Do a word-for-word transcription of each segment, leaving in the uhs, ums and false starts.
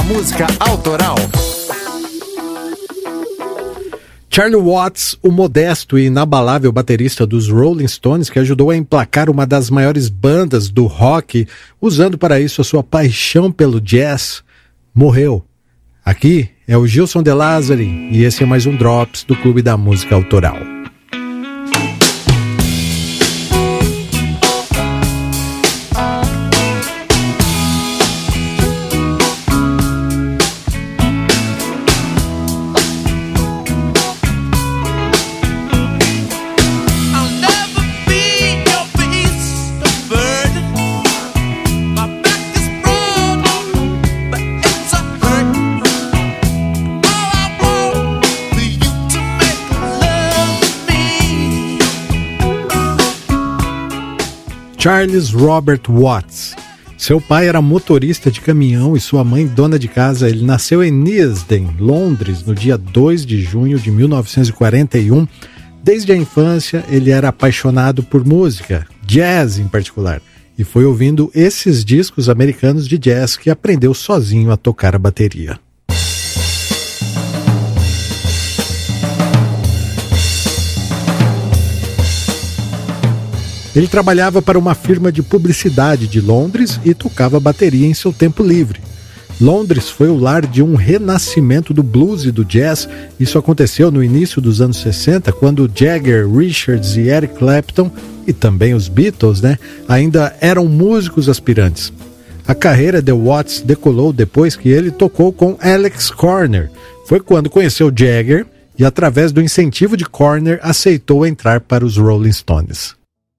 da música autoral. Charlie Watts, o modesto e inabalável baterista dos Rolling Stones, que ajudou a emplacar uma das maiores bandas do rock, usando para isso a sua paixão pelo jazz, morreu. Aqui é o Gilson De Lázari e esse é mais um Drops do Clube da Música Autoral. Charles Robert Watts. Seu pai era motorista de caminhão e sua mãe dona de casa. Ele nasceu em Neasden, Londres, no dia dois de junho de mil novecentos e quarenta e um. Desde a infância, ele era apaixonado por música, jazz em particular, e foi ouvindo esses discos americanos de jazz que aprendeu sozinho a tocar a bateria. Ele trabalhava para uma firma de publicidade de Londres e tocava bateria em seu tempo livre. Londres foi o lar de um renascimento do blues e do jazz. Isso aconteceu no início dos anos sessenta, quando Jagger, Richards e Eric Clapton, e também os Beatles, né, ainda eram músicos aspirantes. A carreira de Watts decolou depois que ele tocou com Alex Corner. Foi quando conheceu Jagger e, através do incentivo de Corner, aceitou entrar para os Rolling Stones.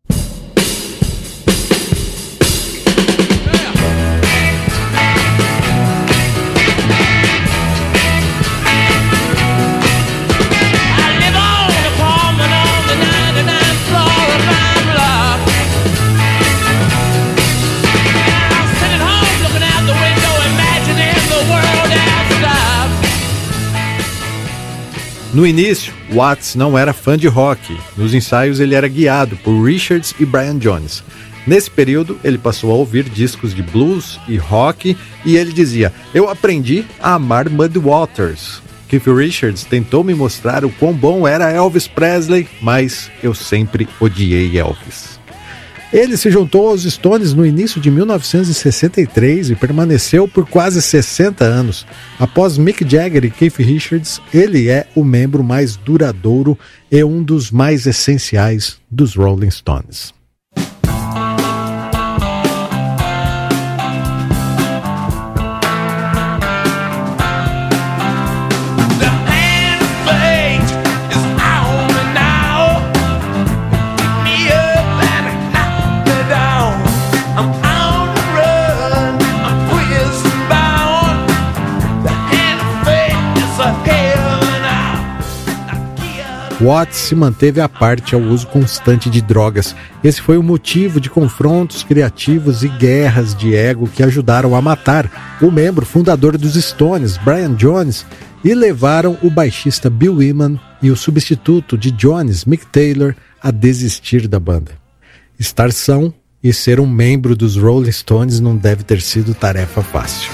No início, Watts não era fã de rock. Nos ensaios ele era guiado por Richards e Brian Jones. Nesse período, ele passou a ouvir discos de blues e rock e ele dizia: "Eu aprendi a amar Muddy Waters." Keith Richards tentou me mostrar o quão bom era Elvis Presley, mas eu sempre odiei Elvis. Ele se juntou aos Stones no início de mil novecentos e sessenta e três e permaneceu por quase sessenta anos. Após Mick Jagger e Keith Richards, ele é o membro mais duradouro e um dos mais essenciais dos Rolling Stones. Watts se manteve à parte ao uso constante de drogas. Esse foi o motivo de confrontos criativos e guerras de ego que ajudaram a matar o membro fundador dos Stones, Brian Jones, e levaram o baixista Bill Wyman e o substituto de Jones, Mick Taylor, a desistir da banda. Estar são e ser um membro dos Rolling Stones não deve ter sido tarefa fácil.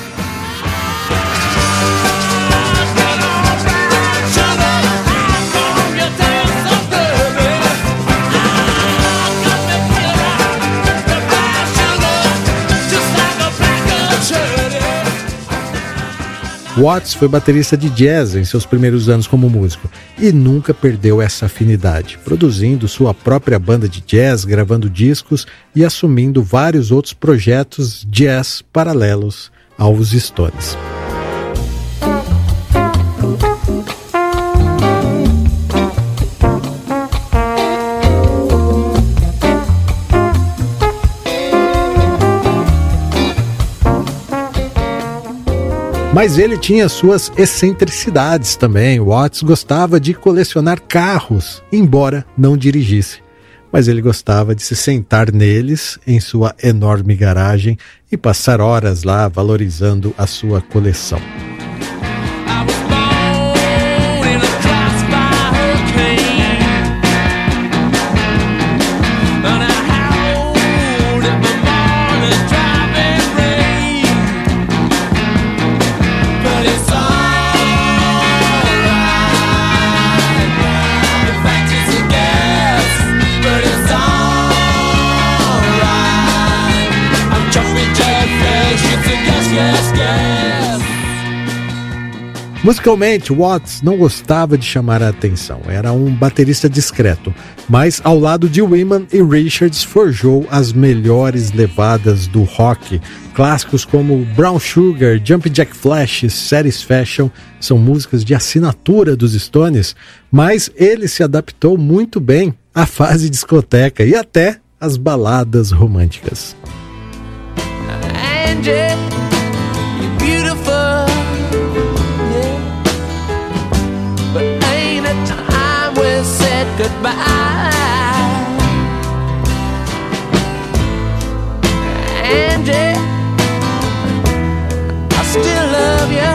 Watts foi baterista de jazz em seus primeiros anos como músico e nunca perdeu essa afinidade, produzindo sua própria banda de jazz, gravando discos e assumindo vários outros projetos jazz paralelos aos Stones. Mas ele tinha suas excentricidades também. Watts gostava de colecionar carros, embora não dirigisse. Mas ele gostava de se sentar neles em sua enorme garagem e passar horas lá valorizando a sua coleção. Musicalmente, Watts não gostava de chamar a atenção, era um baterista discreto, mas ao lado de Wyman e Richards forjou as melhores levadas do rock. Clássicos como Brown Sugar, Jumpin' Jack Flash, Satisfaction são músicas de assinatura dos Stones, mas ele se adaptou muito bem à fase discoteca e até às baladas românticas. Angie, you're beautiful. Goodbye, Angie, I still love you.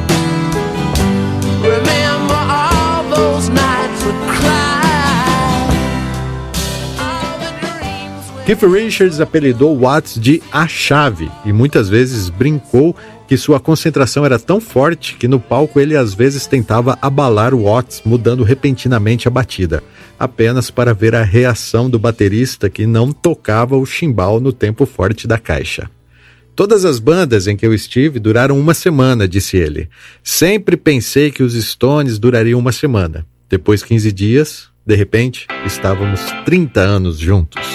Remember all those nights we cried. All the dreams we... Keith Richards apelidou Watts de A Chave e muitas vezes brincou que sua concentração era tão forte que no palco ele às vezes tentava abalar Watts, mudando repentinamente a batida, apenas para ver a reação do baterista que não tocava o chimbal no tempo forte da caixa. Todas as bandas em que eu estive duraram uma semana, disse ele. Sempre pensei que os Stones durariam uma semana. Depois de quinze dias, de repente, estávamos trinta anos juntos.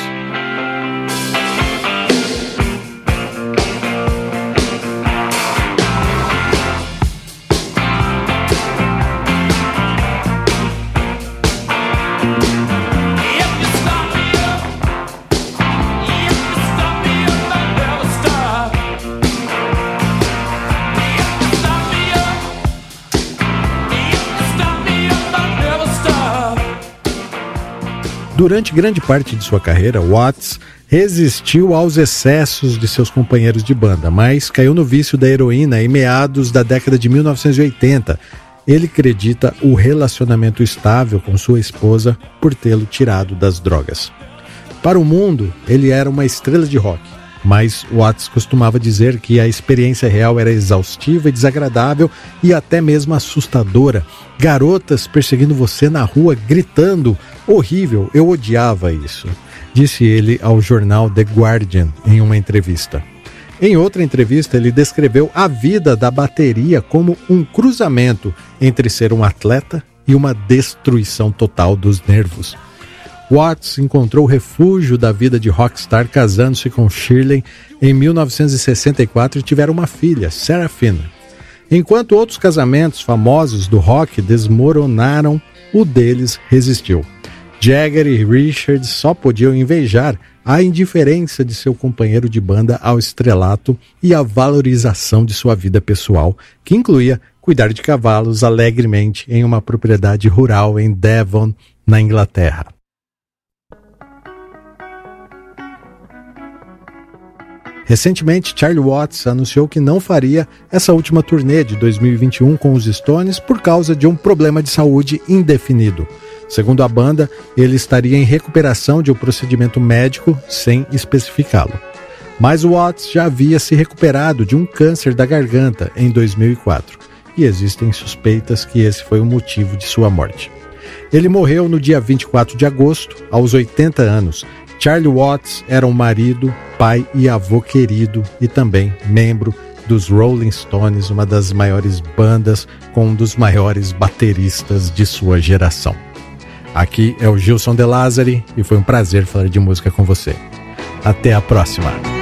Durante grande parte de sua carreira, Watts resistiu aos excessos de seus companheiros de banda, mas caiu no vício da heroína em meados da década de mil novecentos e oitenta. Ele acredita o relacionamento estável com sua esposa por tê-lo tirado das drogas. Para o mundo, ele era uma estrela de rock, mas Watts costumava dizer que a experiência real era exaustiva e desagradável e até mesmo assustadora. Garotas perseguindo você na rua, gritando, horrível, eu odiava isso, disse ele ao jornal The Guardian em uma entrevista. Em outra entrevista, ele descreveu a vida da bateria como um cruzamento entre ser um atleta e uma destruição total dos nervos. Watts encontrou o refúgio da vida de rockstar casando-se com Shirley em mil novecentos e sessenta e quatro e tiveram uma filha, Serafina. Enquanto outros casamentos famosos do rock desmoronaram, o deles resistiu. Jagger e Richards só podiam invejar a indiferença de seu companheiro de banda ao estrelato e a valorização de sua vida pessoal, que incluía cuidar de cavalos alegremente em uma propriedade rural em Devon, na Inglaterra. Recentemente, Charlie Watts anunciou que não faria essa última turnê de dois mil e vinte e um com os Stones por causa de um problema de saúde indefinido. Segundo a banda, ele estaria em recuperação de um procedimento médico sem especificá-lo. Mas Watts já havia se recuperado de um câncer da garganta em dois mil e quatro e existem suspeitas que esse foi o motivo de sua morte. Ele morreu no dia vinte e quatro de agosto, aos oitenta anos. Charlie Watts era um marido, pai e avô querido e também membro dos Rolling Stones, uma das maiores bandas com um dos maiores bateristas de sua geração. Aqui é o Gilson De Lázari e foi um prazer falar de música com você. Até a próxima!